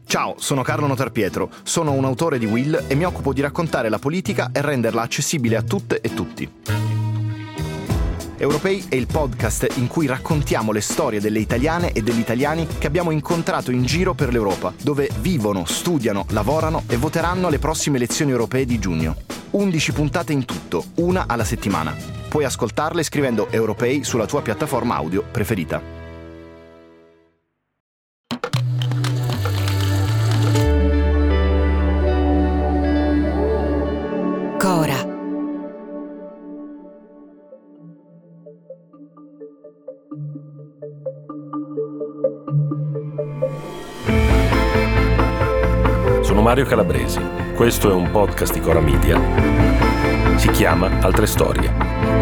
Ciao, sono Carlo Notarpietro, sono un autore di Will e mi occupo di raccontare la politica e renderla accessibile a tutte e tutti. Europei è il podcast in cui raccontiamo le storie delle italiane e degli italiani che abbiamo incontrato in giro per l'Europa, dove vivono, studiano, lavorano e voteranno alle prossime elezioni europee di giugno. 11 puntate in tutto, una alla settimana. Puoi ascoltarle scrivendo Europei sulla tua piattaforma audio preferita. Cora. Sono Mario Calabresi, questo è un podcast di Cora Media, si chiama Altre Storie.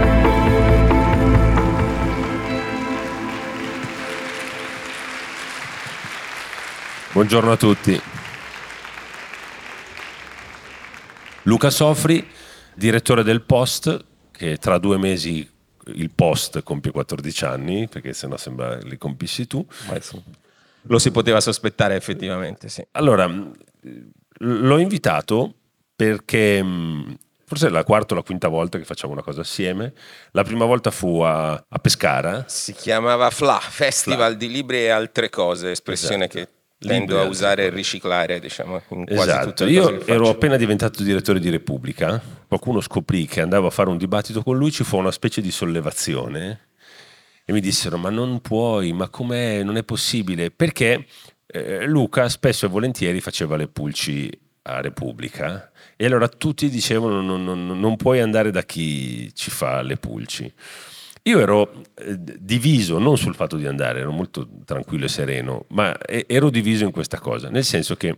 Buongiorno a tutti. Luca Sofri, direttore del Post, che tra 2 mesi il Post compie 14 anni, perché sennò sembra li compissi tu. Lo si poteva sospettare effettivamente, sì. Allora, l'ho invitato perché forse è la quarta o la quinta volta che facciamo una cosa assieme. La prima volta fu a Pescara. Si chiamava FLA, Festival di Libri e Altre Cose, espressione che tendo a usare e riciclare, diciamo, in quasi tutte le cose che faccio. Io ero appena diventato direttore di Repubblica, qualcuno scoprì che andavo a fare un dibattito con lui, ci fu una specie di sollevazione e mi dissero: ma non puoi, ma com'è, non è possibile, perché Luca spesso e volentieri faceva le pulci a Repubblica e allora tutti dicevano non puoi andare da chi ci fa le pulci. Io ero diviso non sul fatto di andare, ero molto tranquillo e sereno, ma ero diviso in questa cosa, nel senso che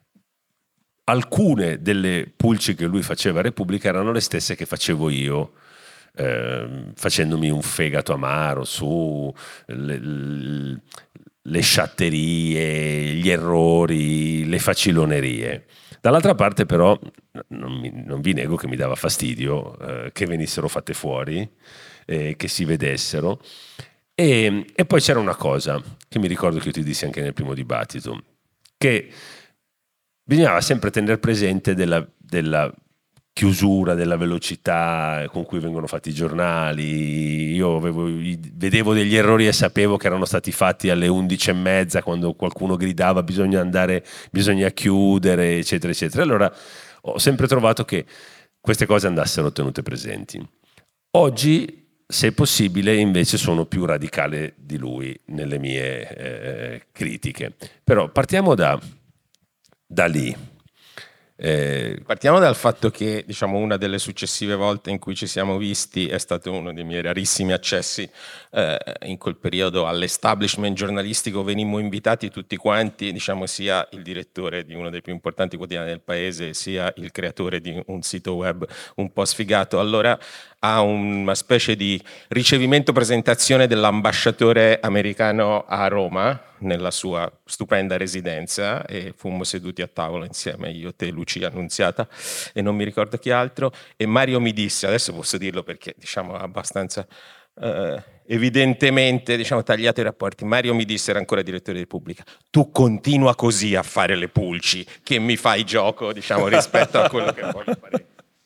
alcune delle pulci che lui faceva a Repubblica erano le stesse che facevo io, facendomi un fegato amaro su le sciatterie, gli errori, le facilonerie. Dall'altra parte però non vi nego che mi dava fastidio che venissero fatte fuori, che si vedessero, e poi c'era una cosa che mi ricordo che io ti dissi anche nel primo dibattito, che bisognava sempre tenere presente della chiusura, della velocità con cui vengono fatti i giornali. Io vedevo degli errori e sapevo che erano stati fatti alle 11:30 quando qualcuno gridava bisogna chiudere, eccetera eccetera. Allora ho sempre trovato che queste cose andassero tenute presenti. Oggi, se possibile, invece sono più radicale di lui nelle mie critiche. Però partiamo da lì. Partiamo dal fatto che, diciamo, una delle successive volte in cui ci siamo visti è stato uno dei miei rarissimi accessi in quel periodo all'establishment giornalistico. Venimmo invitati tutti quanti, diciamo, sia il direttore di uno dei più importanti quotidiani del paese, sia il creatore di un sito web un po' sfigato. Allora, a una specie di ricevimento presentazione dell'ambasciatore americano a Roma, nella sua stupenda residenza, e fummo seduti a tavola insieme, io, te, Lucia, Annunziata e non mi ricordo chi altro, e Mario mi disse, adesso posso dirlo perché, diciamo, abbastanza evidentemente, diciamo, tagliato i rapporti, Mario mi disse, era ancora direttore di Repubblica: tu continua così a fare le pulci che mi fai gioco, diciamo, rispetto a quello che voglio fare.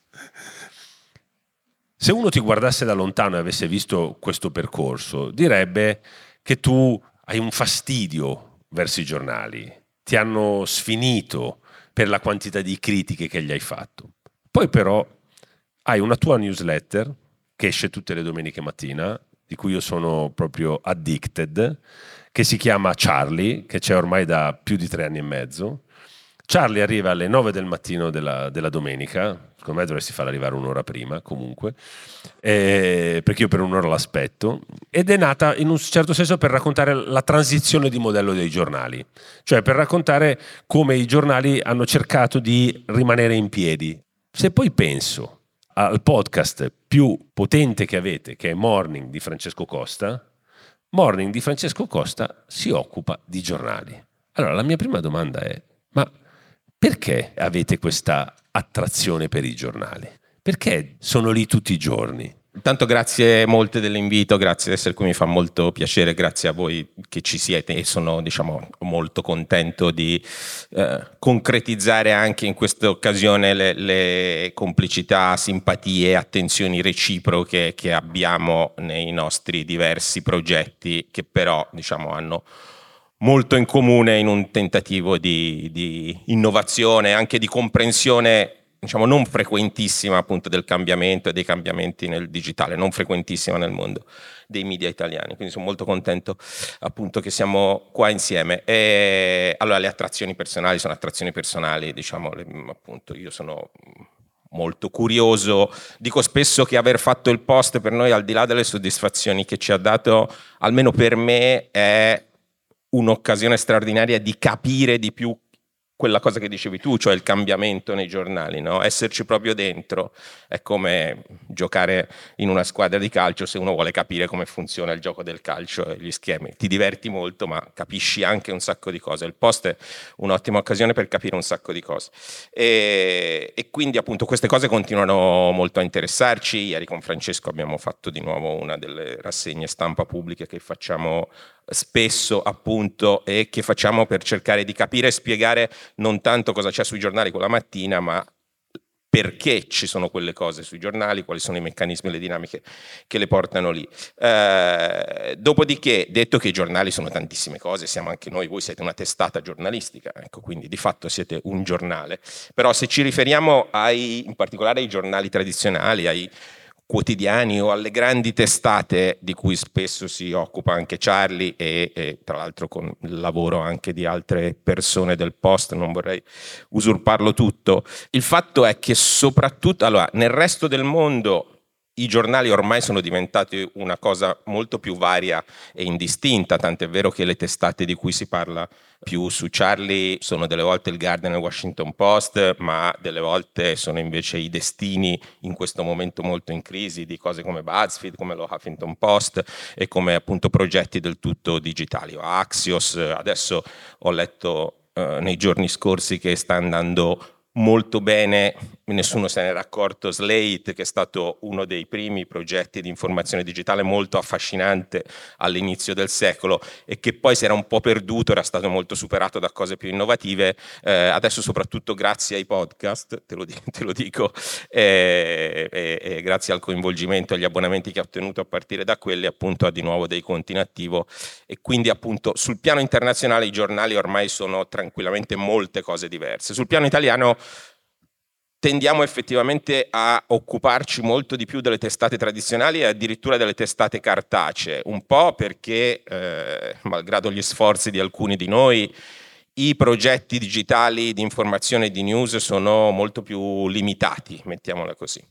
Se uno ti guardasse da lontano e avesse visto questo percorso, direbbe che tu hai un fastidio verso i giornali, ti hanno sfinito per la quantità di critiche che gli hai fatto. Poi però hai una tua newsletter che esce tutte le domeniche mattina, di cui io sono proprio addicted, che si chiama Charlie, che c'è ormai da più di 3 anni e mezzo. Charlie arriva alle 9 del mattino della domenica, secondo me dovresti farla arrivare un'ora prima comunque, perché io per un'ora l'aspetto, ed è nata in un certo senso per raccontare la transizione di modello dei giornali, cioè per raccontare come i giornali hanno cercato di rimanere in piedi. Se poi penso al podcast più potente che avete, che è Morning di Francesco Costa, Morning di Francesco Costa si occupa di giornali. Allora la mia prima domanda è: ma perché avete questa attrazione per i giornali? Perché sono lì tutti i giorni? Intanto grazie molte dell'invito, grazie di essere qui, mi fa molto piacere, grazie a voi che ci siete e sono molto contento di concretizzare anche in questa occasione le complicità, simpatie, attenzioni reciproche che abbiamo nei nostri diversi progetti, che però hanno molto in comune in un tentativo di innovazione, anche di comprensione non frequentissima appunto del cambiamento e dei cambiamenti nel digitale, non frequentissima nel mondo dei media italiani, quindi sono molto contento appunto che siamo qua insieme. E allora le attrazioni personali sono attrazioni personali, appunto io sono molto curioso, dico spesso che aver fatto il post per noi, al di là delle soddisfazioni che ci ha dato, almeno per me è un'occasione straordinaria di capire di più quella cosa che dicevi tu, cioè il cambiamento nei giornali, no? Esserci proprio dentro è come giocare in una squadra di calcio se uno vuole capire come funziona il gioco del calcio e gli schemi. Ti diverti molto, ma capisci anche un sacco di cose. Il post è un'ottima occasione per capire un sacco di cose. E quindi appunto queste cose continuano molto a interessarci. Ieri con Francesco abbiamo fatto di nuovo una delle rassegne stampa pubbliche che facciamo spesso appunto e che facciamo per cercare di capire e spiegare non tanto cosa c'è sui giornali quella mattina, ma perché ci sono quelle cose sui giornali, quali sono i meccanismi e le dinamiche che le portano lì. Dopodiché, detto che i giornali sono tantissime cose, siamo anche noi, voi siete una testata giornalistica, ecco, quindi di fatto siete un giornale, però se ci riferiamo in particolare ai giornali tradizionali, ai quotidiani o alle grandi testate di cui spesso si occupa anche Charlie e tra l'altro con il lavoro anche di altre persone del Post, non vorrei usurparlo tutto. Il fatto è che soprattutto nel resto del mondo i giornali ormai sono diventati una cosa molto più varia e indistinta, tant'è vero che le testate di cui si parla più su Charlie sono delle volte il Guardian e il Washington Post, ma delle volte sono invece i destini in questo momento molto in crisi di cose come BuzzFeed, come lo Huffington Post e come appunto progetti del tutto digitali. Axios, adesso ho letto nei giorni scorsi che sta andando molto bene, nessuno se ne era accorto, Slate, che è stato uno dei primi progetti di informazione digitale molto affascinante all'inizio del secolo e che poi si era un po' perduto, era stato molto superato da cose più innovative, adesso soprattutto grazie ai podcast, te lo dico, e grazie al coinvolgimento e agli abbonamenti che ha ottenuto a partire da quelli, appunto ha di nuovo dei conti in attivo e quindi appunto sul piano internazionale i giornali ormai sono tranquillamente molte cose diverse. Sul piano italiano tendiamo effettivamente a occuparci molto di più delle testate tradizionali e addirittura delle testate cartacee, un po' perché, malgrado gli sforzi di alcuni di noi, i progetti digitali di informazione e di news sono molto più limitati, mettiamola così.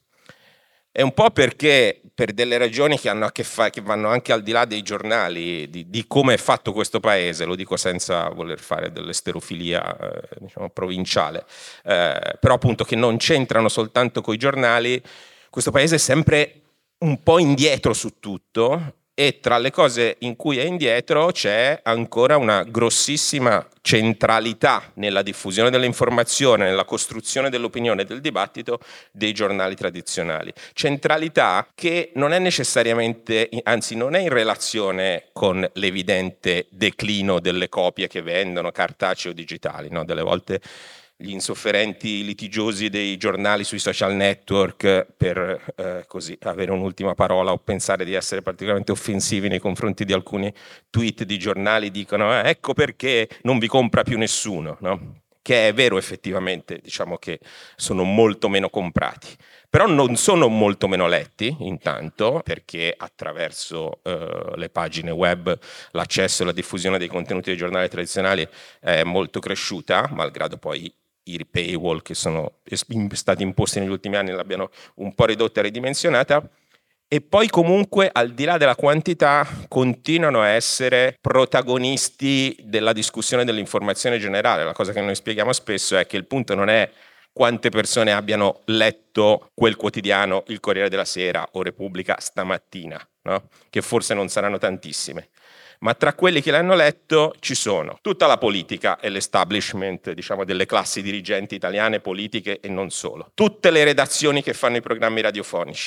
È un po' perché per delle ragioni che hanno a che fare, che vanno anche al di là dei giornali, di come è fatto questo paese, lo dico senza voler fare dell'esterofilia provinciale, però appunto che non c'entrano soltanto coi giornali, questo paese è sempre un po' indietro su tutto e tra le cose in cui è indietro c'è ancora una grossissima centralità nella diffusione dell'informazione, nella costruzione dell'opinione e del dibattito dei giornali tradizionali. Centralità che non è necessariamente, anzi non è in relazione con l'evidente declino delle copie che vendono, cartacee o digitali, no? Delle volte gli insofferenti litigiosi dei giornali sui social network per così avere un'ultima parola o pensare di essere particolarmente offensivi nei confronti di alcuni tweet di giornali dicono ecco perché non vi compra più nessuno, no? Che è vero effettivamente, diciamo che sono molto meno comprati, però non sono molto meno letti intanto perché attraverso le pagine web l'accesso e la diffusione dei contenuti dei giornali tradizionali è molto cresciuta, malgrado poi i paywall che sono stati imposti negli ultimi anni l'abbiano un po' ridotta e ridimensionata, e poi comunque al di là della quantità continuano a essere protagonisti della discussione dell'informazione generale. La cosa che noi spieghiamo spesso è che il punto non è quante persone abbiano letto quel quotidiano, il Corriere della Sera o Repubblica stamattina, no? Che forse non saranno tantissime. Ma tra quelli che l'hanno letto ci sono tutta la politica e l'establishment, diciamo, delle classi dirigenti italiane, politiche e non solo. Tutte le redazioni che fanno i programmi radiofonici,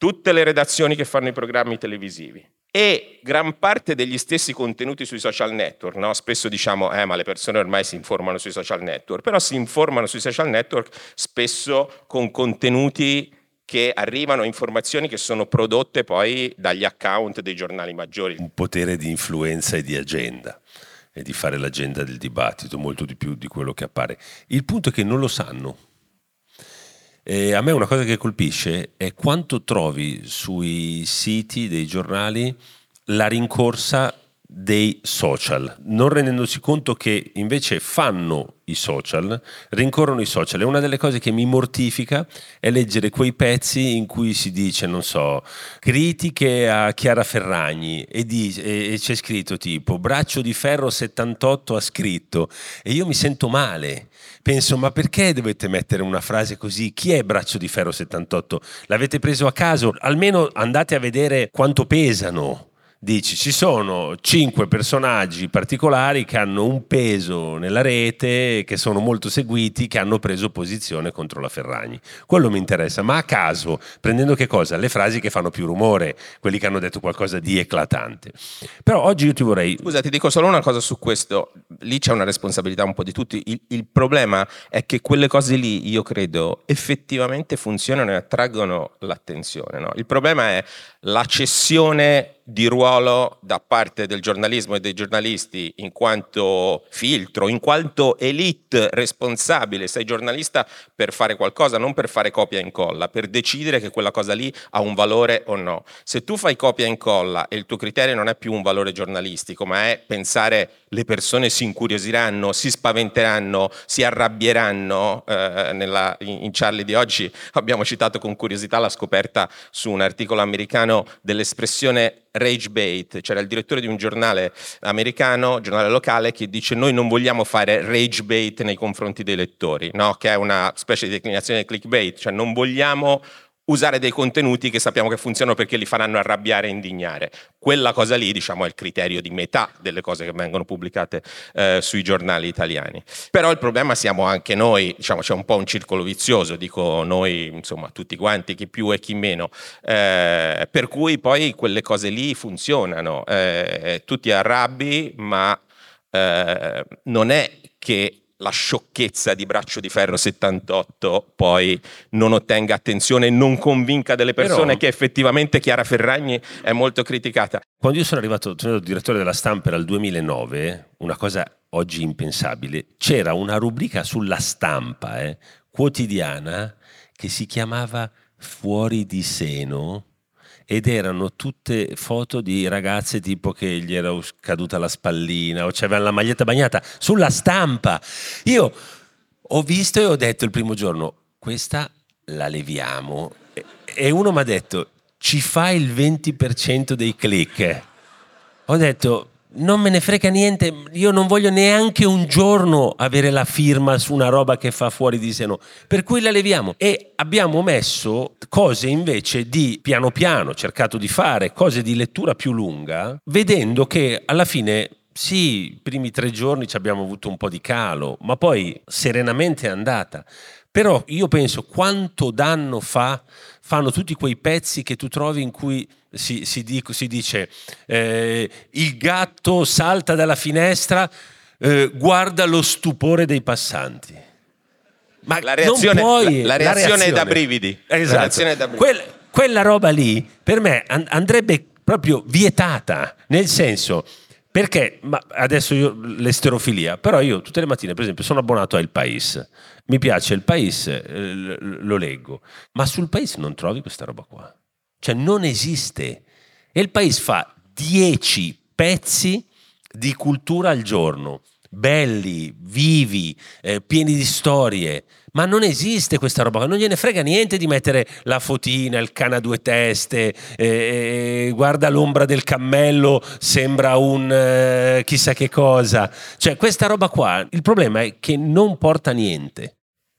tutte le redazioni che fanno i programmi televisivi e gran parte degli stessi contenuti sui social network, no? Spesso diciamo, ma le persone ormai si informano sui social network, però si informano sui social network spesso con contenuti che arrivano, informazioni che sono prodotte poi dagli account dei giornali maggiori. Un potere di influenza e di agenda, e di fare l'agenda del dibattito, molto di più di quello che appare. Il punto è che non lo sanno. E a me una cosa che colpisce è quanto trovi sui siti dei giornali la rincorsa dei social, non rendendosi conto che invece fanno i social, rincorrono i social. E una delle cose che mi mortifica è leggere quei pezzi in cui si dice, non so, critiche a Chiara Ferragni e c'è scritto tipo Braccio di Ferro 78 ha scritto, e io mi sento male. Penso, ma perché dovete mettere una frase così? Chi è Braccio di Ferro 78? L'avete preso a caso? Almeno andate a vedere quanto pesano. Dici, ci sono 5 personaggi particolari che hanno un peso nella rete, che sono molto seguiti, che hanno preso posizione contro la Ferragni. Quello mi interessa, ma a caso, prendendo che cosa? Le frasi che fanno più rumore, quelli che hanno detto qualcosa di eclatante. Però oggi io ti vorrei... Scusa, ti dico solo una cosa su questo. Lì c'è una responsabilità un po' di tutti. Il problema è che quelle cose lì, io credo, effettivamente funzionano e attraggono l'attenzione, no? Il problema è la cessione di ruolo da parte del giornalismo e dei giornalisti in quanto filtro, in quanto elite responsabile. Sei giornalista per fare qualcosa, non per fare copia e incolla, per decidere che quella cosa lì ha un valore o no. Se tu fai copia e incolla e il tuo criterio non è più un valore giornalistico, ma è pensare le persone si incuriosiranno, si spaventeranno, si arrabbieranno, in Charlie di oggi abbiamo citato con curiosità la scoperta su un articolo americano dell'espressione rage bait. C'era il direttore di un giornale americano, giornale locale, che dice: noi non vogliamo fare rage bait nei confronti dei lettori, no? Che è una specie di declinazione del clickbait, cioè non vogliamo usare dei contenuti che sappiamo che funzionano perché li faranno arrabbiare e indignare. Quella cosa lì, diciamo, è il criterio di metà delle cose che vengono pubblicate sui giornali italiani. Però il problema siamo anche noi, diciamo, c'è un po' un circolo vizioso, dico noi, insomma, tutti quanti, chi più e chi meno, per cui poi quelle cose lì funzionano. Tu ti arrabbi, ma non è che la sciocchezza di Braccio di Ferro 78 poi non ottenga attenzione e non convinca delle persone. Però, che effettivamente Chiara Ferragni è molto criticata. Quando io sono arrivato direttore della Stampa era il 2009, una cosa oggi impensabile, c'era una rubrica sulla Stampa quotidiana che si chiamava Fuori di Seno, ed erano tutte foto di ragazze tipo che gli era caduta la spallina o c'avevano la maglietta bagnata sulla Stampa. Io ho visto e ho detto il primo giorno: questa la leviamo, e uno mi ha detto: ci fa il 20% dei click. Ho detto: non me ne frega niente, io non voglio neanche un giorno avere la firma su una roba che fa Fuori di Seno, per cui la leviamo. E abbiamo messo cose invece di piano piano, cercato di fare cose di lettura più lunga, vedendo che alla fine sì, i primi 3 giorni ci abbiamo avuto un po' di calo, ma poi serenamente è andata. Però io penso quanto danno fanno tutti quei pezzi che tu trovi in cui si dice il gatto salta dalla finestra, guarda lo stupore dei passanti. Ma la reazione, non puoi, la reazione è da brividi. Esatto. La reazione è da brividi. Quella roba lì per me andrebbe proprio vietata, nel senso, perché ma adesso io l'esterofilia, però io tutte le mattine per esempio sono abbonato a Il País, mi piace Il País, lo leggo, ma sul País non trovi questa roba qua, cioè non esiste. E Il País fa 10 pezzi di cultura al giorno, belli, vivi, pieni di storie, ma non esiste questa roba, non gliene frega niente di mettere la fotina, il cane a 2 teste, guarda l'ombra del cammello, sembra un chissà che cosa, cioè questa roba qua, il problema è che non porta niente.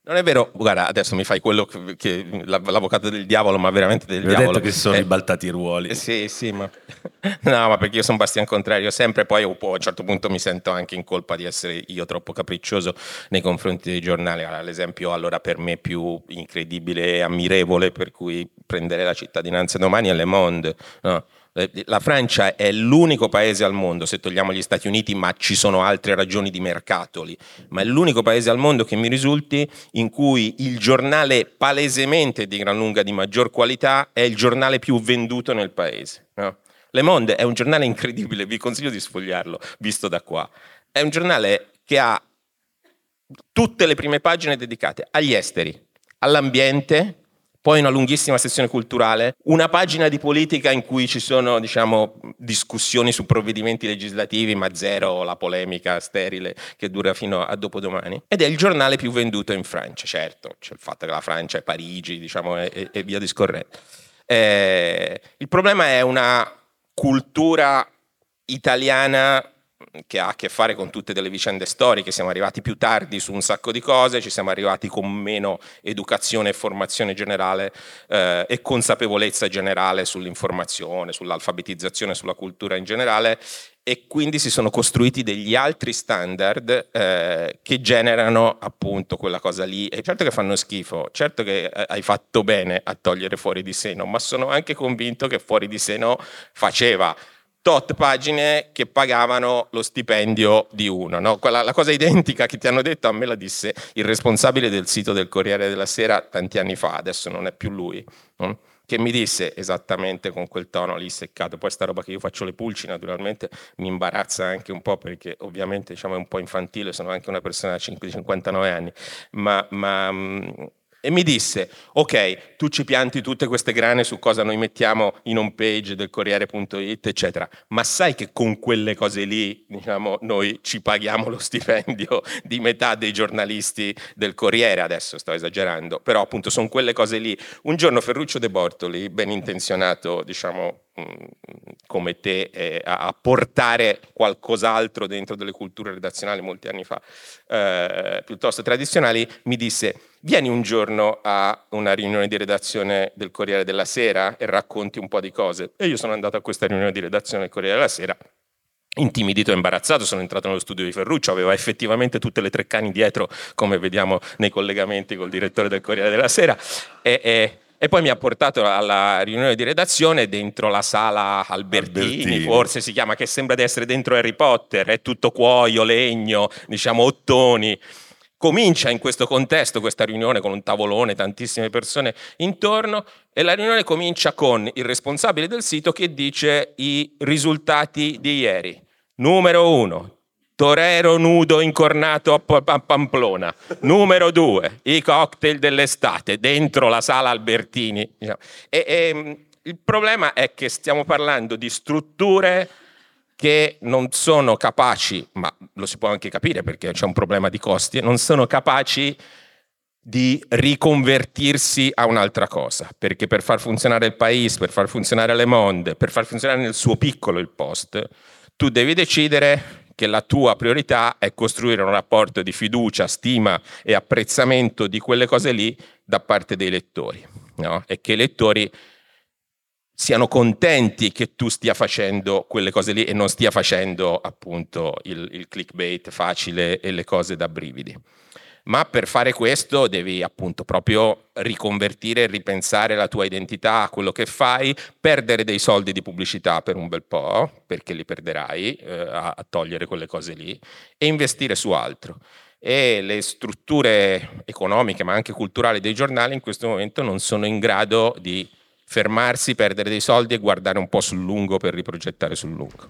Non è vero, guarda, adesso mi fai quello che l'avvocato del diavolo, ma veramente del diavolo. Ho detto che si sono ribaltati i ruoli. Sì, ma no, ma perché io sono Bastian Contrario sempre, poi a un certo punto mi sento anche in colpa di essere io troppo capriccioso nei confronti dei giornali. L'esempio allora per me più incredibile e ammirevole, per cui prendere la cittadinanza domani, è Le Monde, no? La Francia è l'unico paese al mondo, se togliamo gli Stati Uniti, ma ci sono altre ragioni di mercato lì, ma è l'unico paese al mondo che mi risulti in cui il giornale palesemente di gran lunga di maggior qualità è il giornale più venduto nel paese, no? Le Monde è un giornale incredibile, vi consiglio di sfogliarlo, visto da qua. È un giornale che ha tutte le prime pagine dedicate agli esteri, all'ambiente, poi una lunghissima sezione culturale, una pagina di politica in cui ci sono, diciamo, discussioni su provvedimenti legislativi, ma zero la polemica sterile che dura fino a dopodomani. Ed è il giornale più venduto in Francia, certo, c'è il fatto che la Francia è Parigi, diciamo, e via discorrendo. Il problema è una cultura italiana che ha a che fare con tutte delle vicende storiche. Siamo arrivati più tardi su un sacco di cose, ci siamo arrivati con meno educazione e formazione generale e consapevolezza generale sull'informazione, sull'alfabetizzazione, sulla cultura in generale, e quindi si sono costruiti degli altri standard che generano appunto quella cosa lì. E certo che fanno schifo, certo che hai fatto bene a togliere Fuori di Seno, ma sono anche convinto che Fuori di Seno faceva tot pagine che pagavano lo stipendio di uno, no? La cosa identica che ti hanno detto a me la disse il responsabile del sito del Corriere della Sera tanti anni fa, adesso non è più lui, no? Che mi disse esattamente con quel tono lì seccato. Poi sta roba che io faccio le pulci naturalmente mi imbarazza anche un po', perché ovviamente, diciamo, è un po' infantile, sono anche una persona di 59 anni, e mi disse: ok, tu ci pianti tutte queste grane su cosa noi mettiamo in home page del Corriere.it, eccetera, ma sai che con quelle cose lì, diciamo, noi ci paghiamo lo stipendio di metà dei giornalisti del Corriere? Adesso sto esagerando, però appunto sono quelle cose lì. Un giorno Ferruccio De Bortoli, ben intenzionato, diciamo, come te, a portare qualcos'altro dentro delle culture redazionali molti anni fa, piuttosto tradizionali, mi disse: vieni un giorno a una riunione di redazione del Corriere della Sera e racconti un po' di cose. E io sono andato a questa riunione di redazione del Corriere della Sera, intimidito e imbarazzato. Sono entrato nello studio di Ferruccio, aveva effettivamente tutte le Treccani dietro, come vediamo nei collegamenti col direttore del Corriere della Sera, e poi mi ha portato alla riunione di redazione dentro la sala Albertini, forse si chiama, che sembra di essere dentro Harry Potter, è tutto cuoio, legno, diciamo ottoni. Comincia in questo contesto questa riunione con un tavolone, tantissime persone intorno, e la riunione comincia con il responsabile del sito che dice i risultati di ieri. Numero 1, torero nudo incornato a Pamplona. Numero 2, i cocktail dell'estate dentro la sala Albertini. Il problema è che stiamo parlando di strutture che non sono capaci, ma lo si può anche capire perché c'è un problema di costi, non sono capaci di riconvertirsi a un'altra cosa, perché per far funzionare il País, per far funzionare Le Monde, per far funzionare nel suo piccolo il Post, tu devi decidere che la tua priorità è costruire un rapporto di fiducia, stima e apprezzamento di quelle cose lì da parte dei lettori, no? E che i lettori siano contenti che tu stia facendo quelle cose lì e non stia facendo appunto il clickbait facile e le cose da brividi. Ma per fare questo devi appunto proprio riconvertire e ripensare la tua identità, quello che fai, perdere dei soldi di pubblicità per un bel po', perché li perderai a togliere quelle cose lì, e investire su altro. E le strutture economiche ma anche culturali dei giornali in questo momento non sono in grado di fermarsi, perdere dei soldi e guardare un po' sul lungo per riprogettare sul lungo.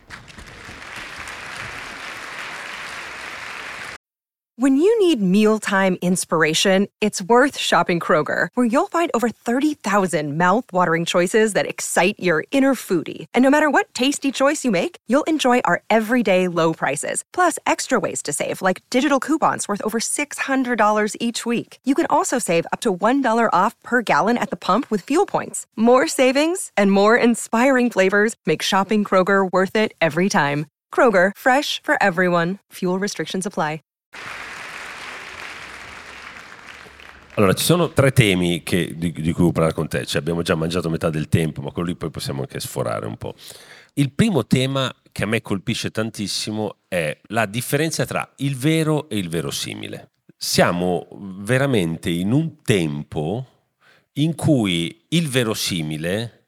When you need mealtime inspiration, it's worth shopping Kroger, where you'll find over 30,000 mouth-watering choices that excite your inner foodie. And no matter what tasty choice you make, you'll enjoy our everyday low prices, plus extra ways to save, like digital coupons worth over $600 each week. You can also save up to $1 off per gallon at the pump with fuel points. More savings and more inspiring flavors make shopping Kroger worth it every time. Kroger, fresh for everyone. Fuel restrictions apply. Allora, ci sono 3 temi di cui voglio parlare con te, cioè, abbiamo già mangiato metà del tempo, ma quello lì poi possiamo anche sforare un po'. Il primo tema che a me colpisce tantissimo è la differenza tra il vero e il verosimile. Siamo veramente in un tempo in cui il verosimile,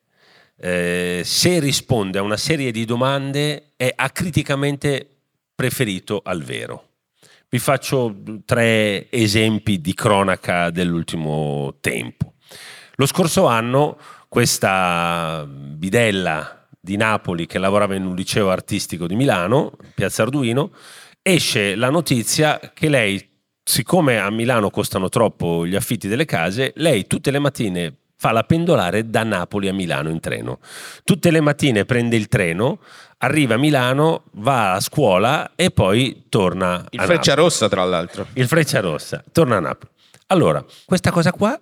se risponde a una serie di domande, è acriticamente preferito al vero. Vi faccio 3 esempi di cronaca dell'ultimo tempo. Lo scorso anno questa bidella di Napoli che lavorava in un liceo artistico di Milano, Piazza Arduino, esce la notizia che lei, siccome a Milano costano troppo gli affitti delle case, lei tutte le mattine fa la pendolare da Napoli a Milano in treno. Tutte le mattine prende il treno, arriva a Milano, va a scuola e poi torna il Frecciarossa, tra l'altro. Il Frecciarossa, torna a Napoli. Allora, questa cosa qua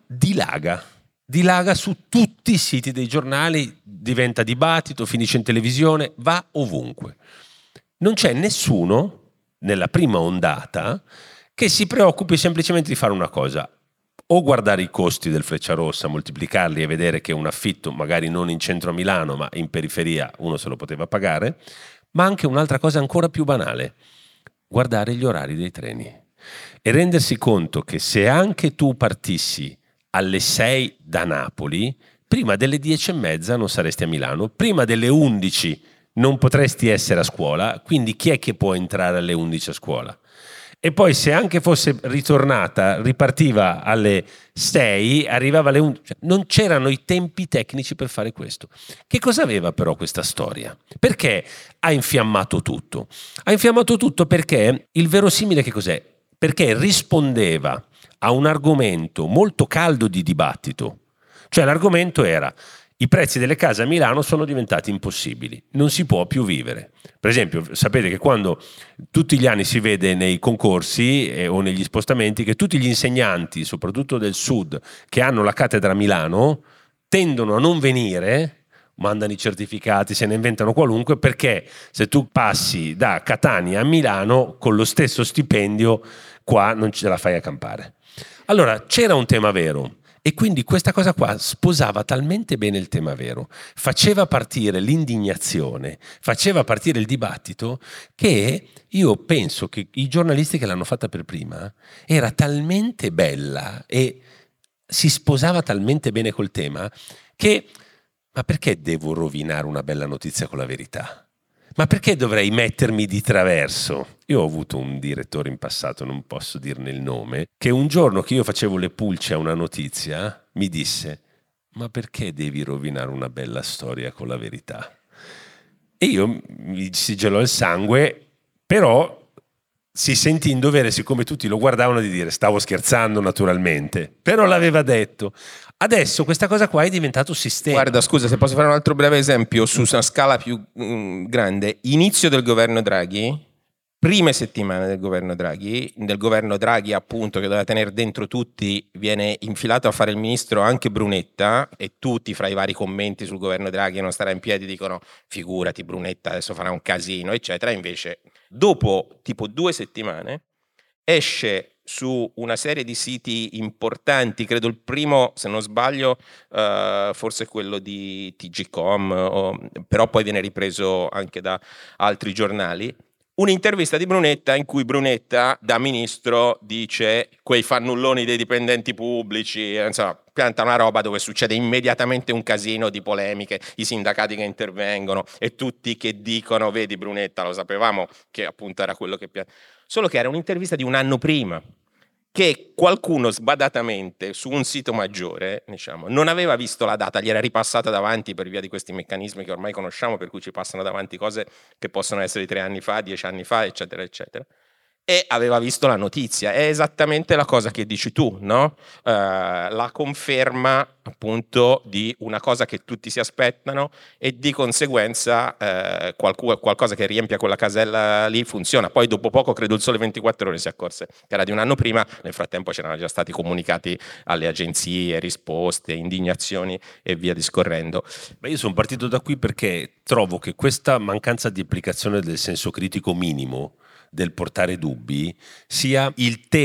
dilaga su tutti i siti dei giornali, diventa dibattito, finisce in televisione, va ovunque. Non c'è nessuno, nella prima ondata, che si preoccupi semplicemente di fare una cosa: o guardare i costi del Frecciarossa, moltiplicarli e vedere che un affitto, magari non in centro a Milano, ma in periferia, uno se lo poteva pagare, ma anche un'altra cosa ancora più banale: guardare gli orari dei treni e rendersi conto che se anche tu partissi alle 6 da Napoli, prima delle 10:30 non saresti a Milano, prima delle 11 non potresti essere a scuola, quindi chi è che può entrare alle 11 a scuola? E poi se anche fosse ritornata, ripartiva alle 6, arrivava alle 11. Cioè, non c'erano i tempi tecnici per fare questo. Che cosa aveva però questa storia? Perché ha infiammato tutto? Ha infiammato tutto perché il verosimile che cos'è? Perché rispondeva a un argomento molto caldo di dibattito. Cioè l'argomento era: i prezzi delle case a Milano sono diventati impossibili, non si può più vivere. Per esempio, sapete che quando tutti gli anni si vede nei concorsi o negli spostamenti che tutti gli insegnanti, soprattutto del sud, che hanno la cattedra a Milano, tendono a non venire, mandano i certificati, se ne inventano qualunque, perché se tu passi da Catania a Milano con lo stesso stipendio, qua non ce la fai a campare. Allora, c'era un tema vero. E quindi questa cosa qua sposava talmente bene il tema vero, faceva partire l'indignazione, faceva partire il dibattito, che io penso che i giornalisti che l'hanno fatta per prima era talmente bella e si sposava talmente bene col tema che: ma perché devo rovinare una bella notizia con la verità? Ma perché dovrei mettermi di traverso? Io ho avuto un direttore in passato, non posso dirne il nome, che un giorno che io facevo le pulce a una notizia mi disse: ma perché devi rovinare una bella storia con la verità? E io mi si gelò il sangue, però si sentì in dovere, siccome tutti lo guardavano, di dire: stavo scherzando naturalmente, però l'aveva detto. Adesso questa cosa qua è diventato sistema. Guarda, scusa, se posso fare un altro breve esempio su una scala più grande. Inizio del governo Draghi, prime settimane del governo Draghi appunto, che doveva tenere dentro tutti, viene infilato a fare il ministro anche Brunetta, e tutti fra i vari commenti sul governo Draghi non starà in piedi dicono: figurati Brunetta, adesso farà un casino, eccetera. Invece dopo tipo 2 settimane esce su una serie di siti importanti, credo il primo, se non sbaglio, forse quello di TGcom, però poi viene ripreso anche da altri giornali, un'intervista di Brunetta in cui Brunetta da ministro dice: quei fannulloni dei dipendenti pubblici, insomma, pianta una roba dove succede immediatamente un casino di polemiche, i sindacati che intervengono e tutti che dicono: vedi Brunetta, lo sapevamo che appunto era quello che solo che era un'intervista di un anno prima, che qualcuno sbadatamente su un sito maggiore, diciamo, non aveva visto la data, gli era ripassata davanti per via di questi meccanismi che ormai conosciamo, per cui ci passano davanti cose che possono essere di 3 anni fa, 10 anni fa, eccetera, eccetera. E aveva visto la notizia. È esattamente la cosa che dici tu, no? La conferma appunto di una cosa che tutti si aspettano, e di conseguenza qualcosa che riempia quella casella lì funziona. Poi dopo poco, credo il Sole 24 Ore si accorse che era di un anno prima, nel frattempo c'erano già stati comunicati alle agenzie, risposte, indignazioni e via discorrendo. Beh, io sono partito da qui perché trovo che questa mancanza di applicazione del senso critico minimo, del portare dubbi, sia il tema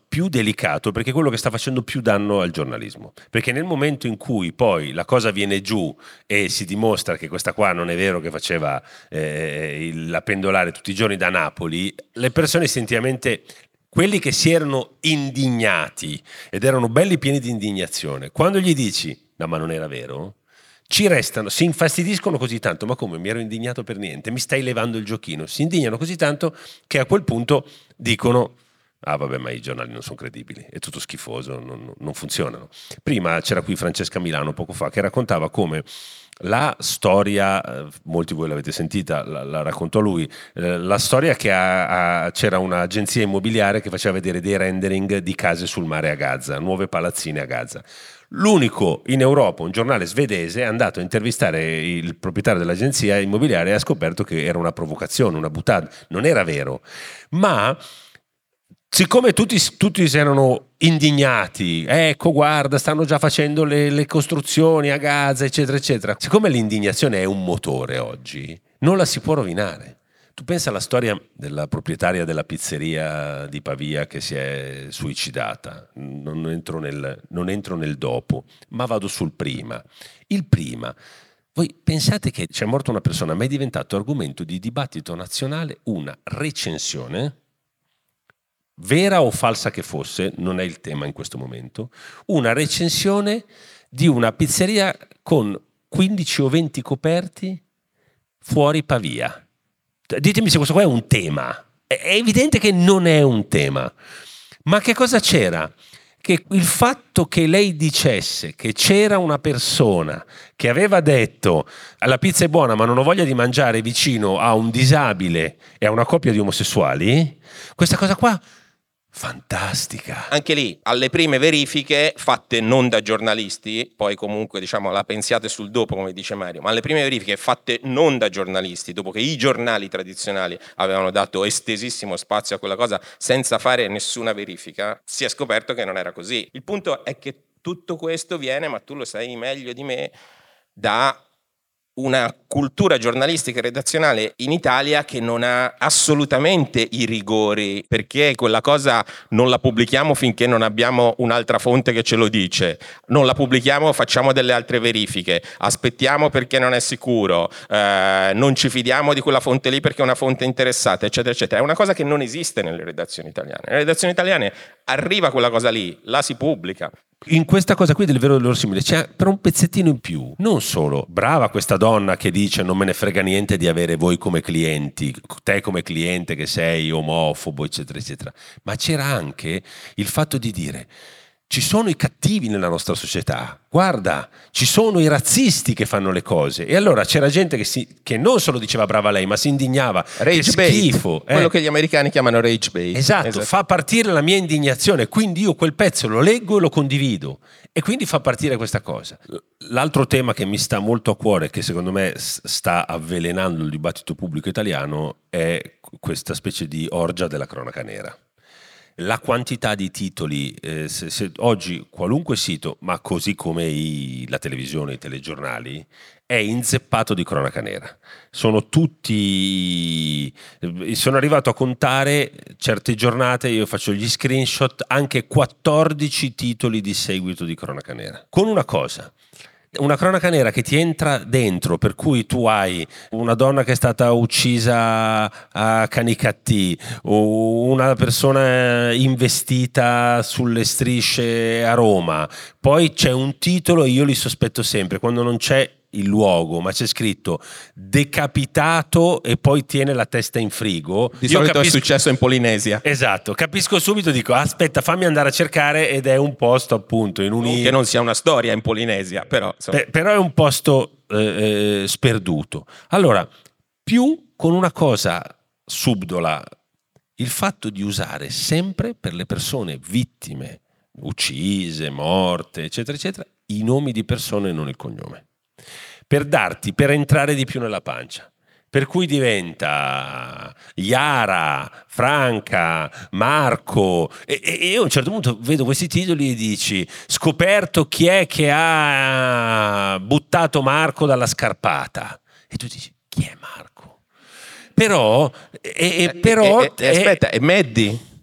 più delicato, perché è quello che sta facendo più danno al giornalismo, perché nel momento in cui poi la cosa viene giù e si dimostra che questa qua non è vero che faceva la pendolare tutti i giorni da Napoli, le persone istintivamente, quelli che si erano indignati ed erano belli pieni di indignazione, quando gli dici no ma non era vero, ci restano, si infastidiscono così tanto, ma come, mi ero indignato per niente, mi stai levando il giochino, si indignano così tanto che a quel punto dicono ah vabbè, ma i giornali non sono credibili, è tutto schifoso, non funzionano. Prima c'era qui Francesca Milano poco fa che raccontava come la storia, molti voi l'avete sentita, la raccontò lui, la storia che c'era un'agenzia immobiliare che faceva vedere dei rendering di case sul mare a Gaza, nuove palazzine a Gaza. L'unico in Europa, un giornale svedese, è andato a intervistare il proprietario dell'agenzia immobiliare e ha scoperto che era una provocazione, una buttata, non era vero, ma siccome tutti si erano indignati, ecco guarda stanno già facendo le costruzioni a Gaza eccetera eccetera, siccome l'indignazione è un motore oggi, non la si può rovinare. Tu pensa alla storia della proprietaria della pizzeria di Pavia che si è suicidata, non entro nel dopo, ma vado sul prima. Il prima, voi pensate che c'è morta una persona, ma è diventato argomento di dibattito nazionale una recensione, vera o falsa che fosse, non è il tema in questo momento, una recensione di una pizzeria con 15 o 20 coperti fuori Pavia. Ditemi se questo qua è un tema. È evidente che non è un tema. Ma che cosa c'era? Che il fatto che lei dicesse che c'era una persona che aveva detto la pizza è buona ma non ho voglia di mangiare vicino a un disabile e a una coppia di omosessuali, questa cosa qua fantastica. Anche lì, alle prime verifiche fatte non da giornalisti, poi comunque diciamo la pensiate sul dopo come dice Mario, ma alle prime verifiche fatte non da giornalisti, dopo che i giornali tradizionali avevano dato estesissimo spazio a quella cosa senza fare nessuna verifica, si è scoperto che non era così. Il punto è che tutto questo viene, ma tu lo sai meglio di me, da una cultura giornalistica e redazionale in Italia che non ha assolutamente i rigori, perché quella cosa non la pubblichiamo finché non abbiamo un'altra fonte che ce lo dice, non la pubblichiamo, facciamo delle altre verifiche, aspettiamo perché non è sicuro, non ci fidiamo di quella fonte lì perché è una fonte interessata, eccetera eccetera. È una cosa che non esiste nelle redazioni italiane. Nelle redazioni italiane arriva quella cosa lì, la si pubblica. In questa cosa qui del vero e simile c'è però un pezzettino in più. Non solo brava questa donna che dice non me ne frega niente di avere voi come clienti, te come cliente che sei omofobo eccetera eccetera, ma c'era anche il fatto di dire ci sono i cattivi nella nostra società, guarda, ci sono i razzisti che fanno le cose. E allora c'era gente che non solo diceva brava lei, ma si indignava. Rage che schifo. Quello che gli americani chiamano rage bait. Esatto, fa partire la mia indignazione, quindi io quel pezzo lo leggo e lo condivido. E quindi fa partire questa cosa. L'altro tema che mi sta molto a cuore, che secondo me sta avvelenando il dibattito pubblico italiano, è questa specie di orgia della cronaca nera. La quantità di titoli, se oggi qualunque sito, ma così come la televisione, i telegiornali, è inzeppato di cronaca nera. Sono arrivato a contare certe giornate, io faccio gli screenshot, anche 14 titoli di seguito di cronaca nera. Con una cosa, una cronaca nera che ti entra dentro, per cui tu hai una donna che è stata uccisa a Canicattì, o una persona investita sulle strisce a Roma, poi c'è un titolo e io li sospetto sempre quando non c'è il luogo, ma c'è scritto decapitato e poi tiene la testa in frigo. Di solito è successo in Polinesia. Esatto, capisco subito, dico aspetta, fammi andare a cercare, ed è un posto appunto in che non sia una storia in Polinesia, però però è un posto sperduto. Allora, più con una cosa subdola, il fatto di usare sempre per le persone vittime, uccise, morte, eccetera eccetera, i nomi di persone e non il cognome, per entrare di più nella pancia. Per cui diventa Iara, Franca, Marco, e io a un certo punto vedo questi titoli e dici scoperto chi è che ha buttato Marco dalla scarpata, e tu dici chi è Marco? Però aspetta, è Maddie?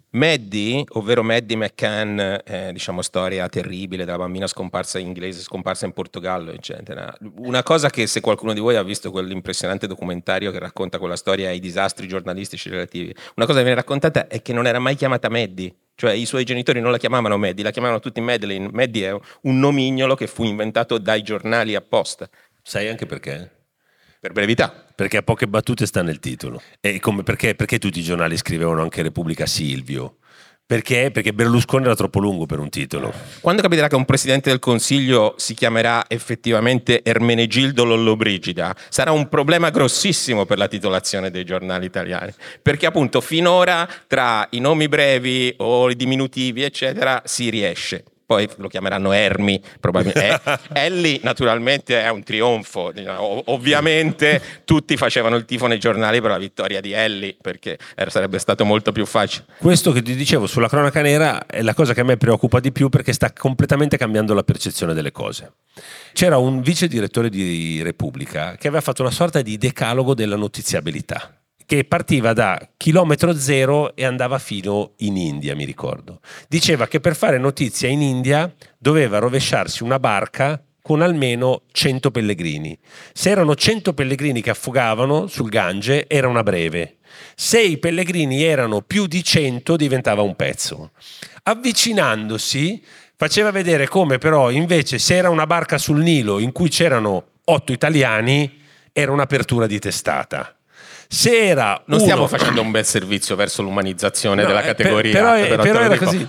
Maddie, ovvero Maddie McCann, diciamo storia terribile della bambina scomparsa inglese, scomparsa in Portogallo, eccetera. Una cosa che, se qualcuno di voi ha visto quell'impressionante documentario che racconta quella storia e i disastri giornalistici relativi, una cosa che viene raccontata è che non era mai chiamata Maddie, cioè i suoi genitori non la chiamavano Maddie, la chiamavano tutti Madeleine. Maddie è un nomignolo che fu inventato dai giornali apposta. Sai anche perché? Per brevità. Perché a poche battute sta nel titolo. E perché tutti i giornali scrivevano anche Repubblica Silvio? Perché? Perché Berlusconi era troppo lungo per un titolo. Quando capiterà che un presidente del Consiglio si chiamerà effettivamente Ermenegildo Lollobrigida, sarà un problema grossissimo per la titolazione dei giornali italiani. Perché appunto finora tra i nomi brevi o i diminutivi, eccetera, si riesce. Poi lo chiameranno Ermi, probabilmente. Ellie naturalmente è un trionfo. Ovviamente tutti facevano il tifo nei giornali per la vittoria di Ellie, perché sarebbe stato molto più facile. Questo che ti dicevo sulla cronaca nera è la cosa che a me preoccupa di più, perché sta completamente cambiando la percezione delle cose. C'era un vice direttore di Repubblica che aveva fatto una sorta di decalogo della notiziabilità, che partiva da chilometro zero e andava fino in India, mi ricordo. Diceva che per fare notizia in India doveva rovesciarsi una barca con almeno 100 pellegrini. Se erano 100 pellegrini che affogavano sul Gange, era una breve. Se i pellegrini erano più di 100, diventava un pezzo. Avvicinandosi, faceva vedere come però invece se era una barca sul Nilo in cui c'erano 8 italiani, era un'apertura di testata. Se era non stiamo facendo un bel servizio verso l'umanizzazione della categoria. Però era così.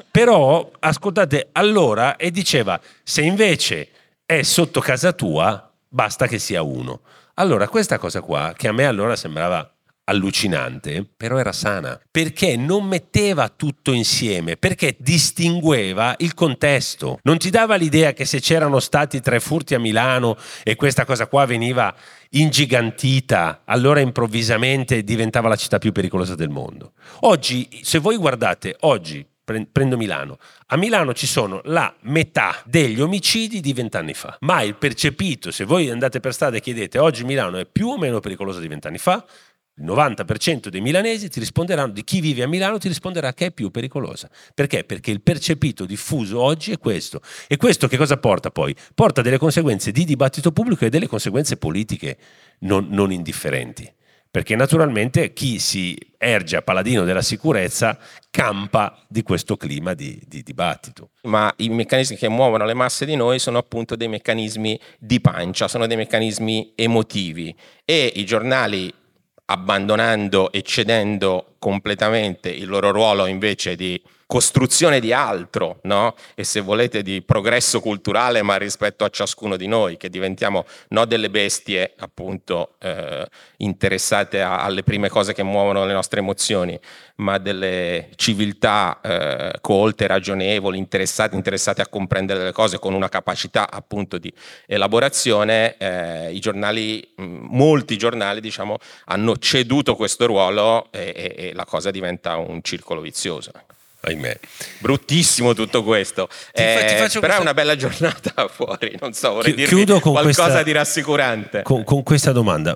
Però, ascoltate, allora, e diceva, se invece è sotto casa tua, basta che sia uno. Allora, questa cosa qua, che a me allora sembrava allucinante, però era sana, perché non metteva tutto insieme, perché distingueva il contesto. Non ti dava l'idea che se c'erano stati 3 furti a Milano e questa cosa qua veniva ingigantita, allora improvvisamente diventava la città più pericolosa del mondo. Oggi, se voi guardate, oggi prendo Milano, a Milano ci sono la metà degli omicidi di 20 anni fa, ma il percepito, se voi andate per strada e chiedete oggi Milano è più o meno pericolosa di 20 anni fa, il 90% dei milanesi ti risponderanno, di chi vive a Milano ti risponderà che è più pericolosa. Perché? Perché il percepito diffuso oggi è questo. E questo che cosa porta poi? Porta delle conseguenze di dibattito pubblico e delle conseguenze politiche non indifferenti. Perché naturalmente chi si erge a paladino della sicurezza campa di questo clima di dibattito. Ma i meccanismi che muovono le masse di noi sono appunto dei meccanismi di pancia, sono dei meccanismi emotivi, e i giornali, abbandonando e cedendo completamente il loro ruolo invece di costruzione di altro, no? E se volete di progresso culturale, ma rispetto a ciascuno di noi, che diventiamo no delle bestie appunto interessate alle prime cose che muovono le nostre emozioni, ma delle civiltà colte, ragionevoli, interessate a comprendere le cose con una capacità appunto di elaborazione. I giornali, molti giornali diciamo, hanno ceduto questo ruolo e la cosa diventa un circolo vizioso. Ahimè. Bruttissimo tutto questo, però è una bella giornata fuori, non so, vorrei dirvi qualcosa di rassicurante. Con questa domanda,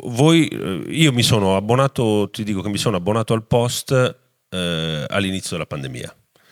io mi sono abbonato, ti dico che mi sono abbonato al Post all'inizio della pandemia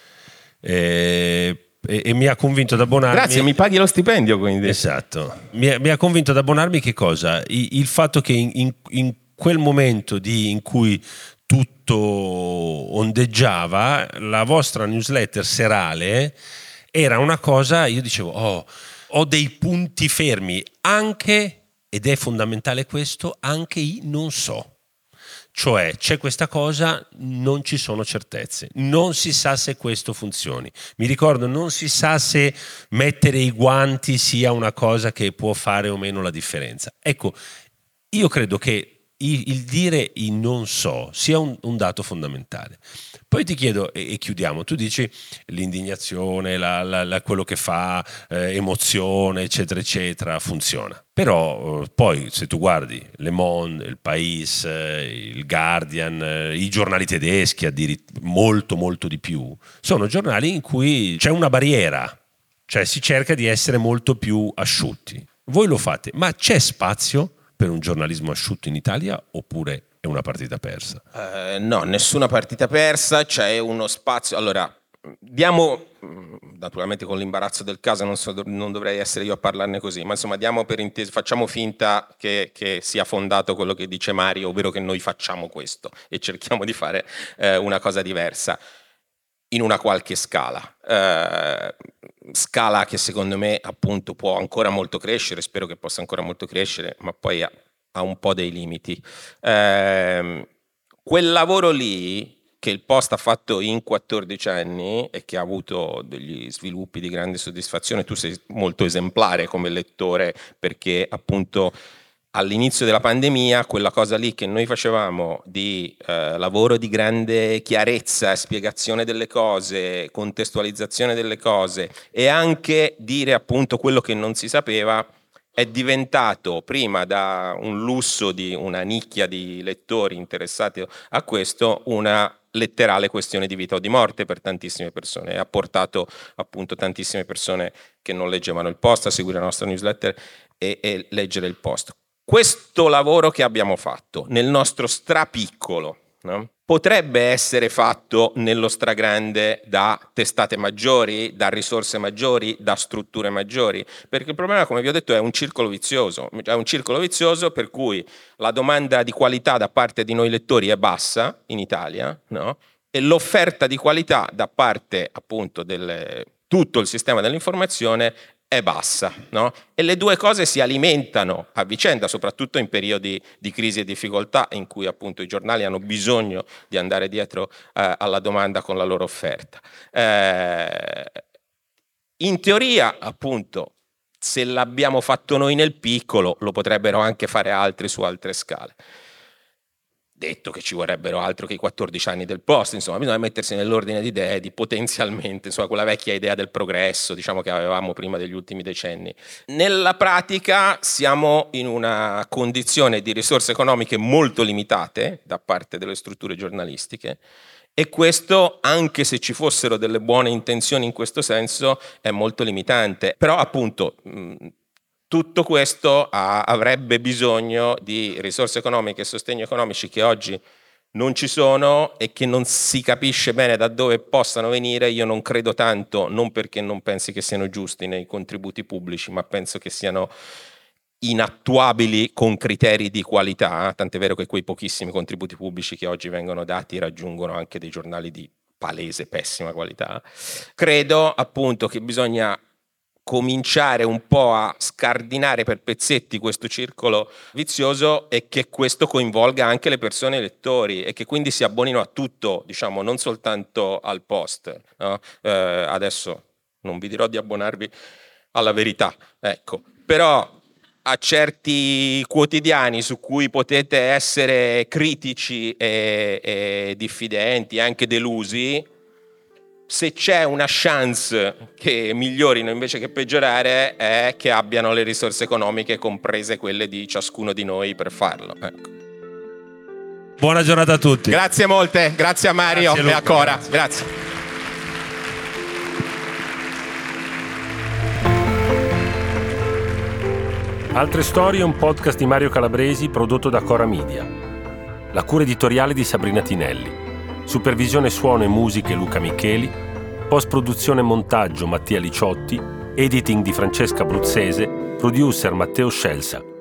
e mi ha convinto ad abbonarmi. Grazie, mi paghi lo stipendio quindi. Esatto, mi ha convinto ad abbonarmi che cosa? Il fatto che in quel momento in cui tutto ondeggiava, la vostra newsletter serale era una cosa, io dicevo, ho dei punti fermi, anche, ed è fondamentale questo, anche i non so. Cioè c'è questa cosa, non ci sono certezze, non si sa se questo funzioni. Mi ricordo, non si sa se mettere i guanti sia una cosa che può fare o meno la differenza. Ecco, io credo che il dire i non so sia un dato fondamentale. Poi ti chiedo, e chiudiamo, tu dici l'indignazione, quello che fa emozione, eccetera, eccetera, funziona. Però poi se tu guardi Le Monde, il País, il Guardian, i giornali tedeschi, molto, molto di più, sono giornali in cui c'è una barriera, cioè si cerca di essere molto più asciutti. Voi lo fate, ma c'è spazio per un giornalismo asciutto in Italia oppure è una partita persa? No, nessuna partita persa, c'è uno spazio. Allora, diamo, naturalmente con l'imbarazzo del caso non dovrei essere io a parlarne così, ma insomma diamo per inteso, facciamo finta che sia fondato quello che dice Mario, ovvero che noi facciamo questo e cerchiamo di fare una cosa diversa in una qualche scala. Scala che secondo me appunto può ancora molto crescere, spero che possa ancora molto crescere, ma poi ha un po' dei limiti. Quel lavoro lì che il Post ha fatto in 14 anni e che ha avuto degli sviluppi di grande soddisfazione, tu sei molto esemplare come lettore, perché appunto all'inizio della pandemia quella cosa lì che noi facevamo di lavoro di grande chiarezza, spiegazione delle cose, contestualizzazione delle cose e anche dire appunto quello che non si sapeva, è diventato prima da un lusso di una nicchia di lettori interessati a questo una letterale questione di vita o di morte per tantissime persone e ha portato appunto tantissime persone che non leggevano il Post a seguire la nostra newsletter e leggere il Post. Questo lavoro che abbiamo fatto nel nostro strapiccolo, no? Potrebbe essere fatto nello stragrande da testate maggiori, da risorse maggiori, da strutture maggiori, perché il problema, come vi ho detto, è un circolo vizioso per cui la domanda di qualità da parte di noi lettori è bassa in Italia, no? E l'offerta di qualità da parte appunto tutto il sistema dell'informazione è bassa, no? E le due cose si alimentano a vicenda, soprattutto in periodi di crisi e difficoltà in cui appunto i giornali hanno bisogno di andare dietro alla domanda con la loro offerta. In teoria, appunto, se l'abbiamo fatto noi nel piccolo, lo potrebbero anche fare altri su altre scale. Detto che ci vorrebbero altro che i 14 anni del Post, insomma, bisogna mettersi nell'ordine di idee di potenzialmente, insomma, quella vecchia idea del progresso, diciamo, che avevamo prima degli ultimi decenni. Nella pratica siamo in una condizione di risorse economiche molto limitate da parte delle strutture giornalistiche e questo, anche se ci fossero delle buone intenzioni in questo senso, è molto limitante. Però appunto tutto questo avrebbe bisogno di risorse economiche e sostegni economici che oggi non ci sono e che non si capisce bene da dove possano venire. Io non credo tanto, non perché non pensi che siano giusti nei contributi pubblici, ma penso che siano inattuabili con criteri di qualità, tant'è vero che quei pochissimi contributi pubblici che oggi vengono dati raggiungono anche dei giornali di palese pessima qualità. Credo appunto che bisogna cominciare un po' a scardinare per pezzetti questo circolo vizioso e che questo coinvolga anche le persone lettori e che quindi si abbonino a tutto, diciamo, non soltanto al Post, no? Adesso non vi dirò di abbonarvi alla Verità, ecco, però a certi quotidiani su cui potete essere critici e diffidenti, anche delusi, se c'è una chance che migliorino invece che peggiorare è che abbiano le risorse economiche, comprese quelle di ciascuno di noi, per farlo. Ecco. Buona giornata a tutti. Grazie molte, grazie a Mario Grazie, Luca, e a Cora. Grazie. Altre storie è un podcast di Mario Calabresi prodotto da Cora Media. La cura editoriale di Sabrina Tinelli. Supervisione suono e musiche Luca Micheli, post-produzione e montaggio Mattia Liciotti, editing di Francesca Bruzzese, producer Matteo Scelsa.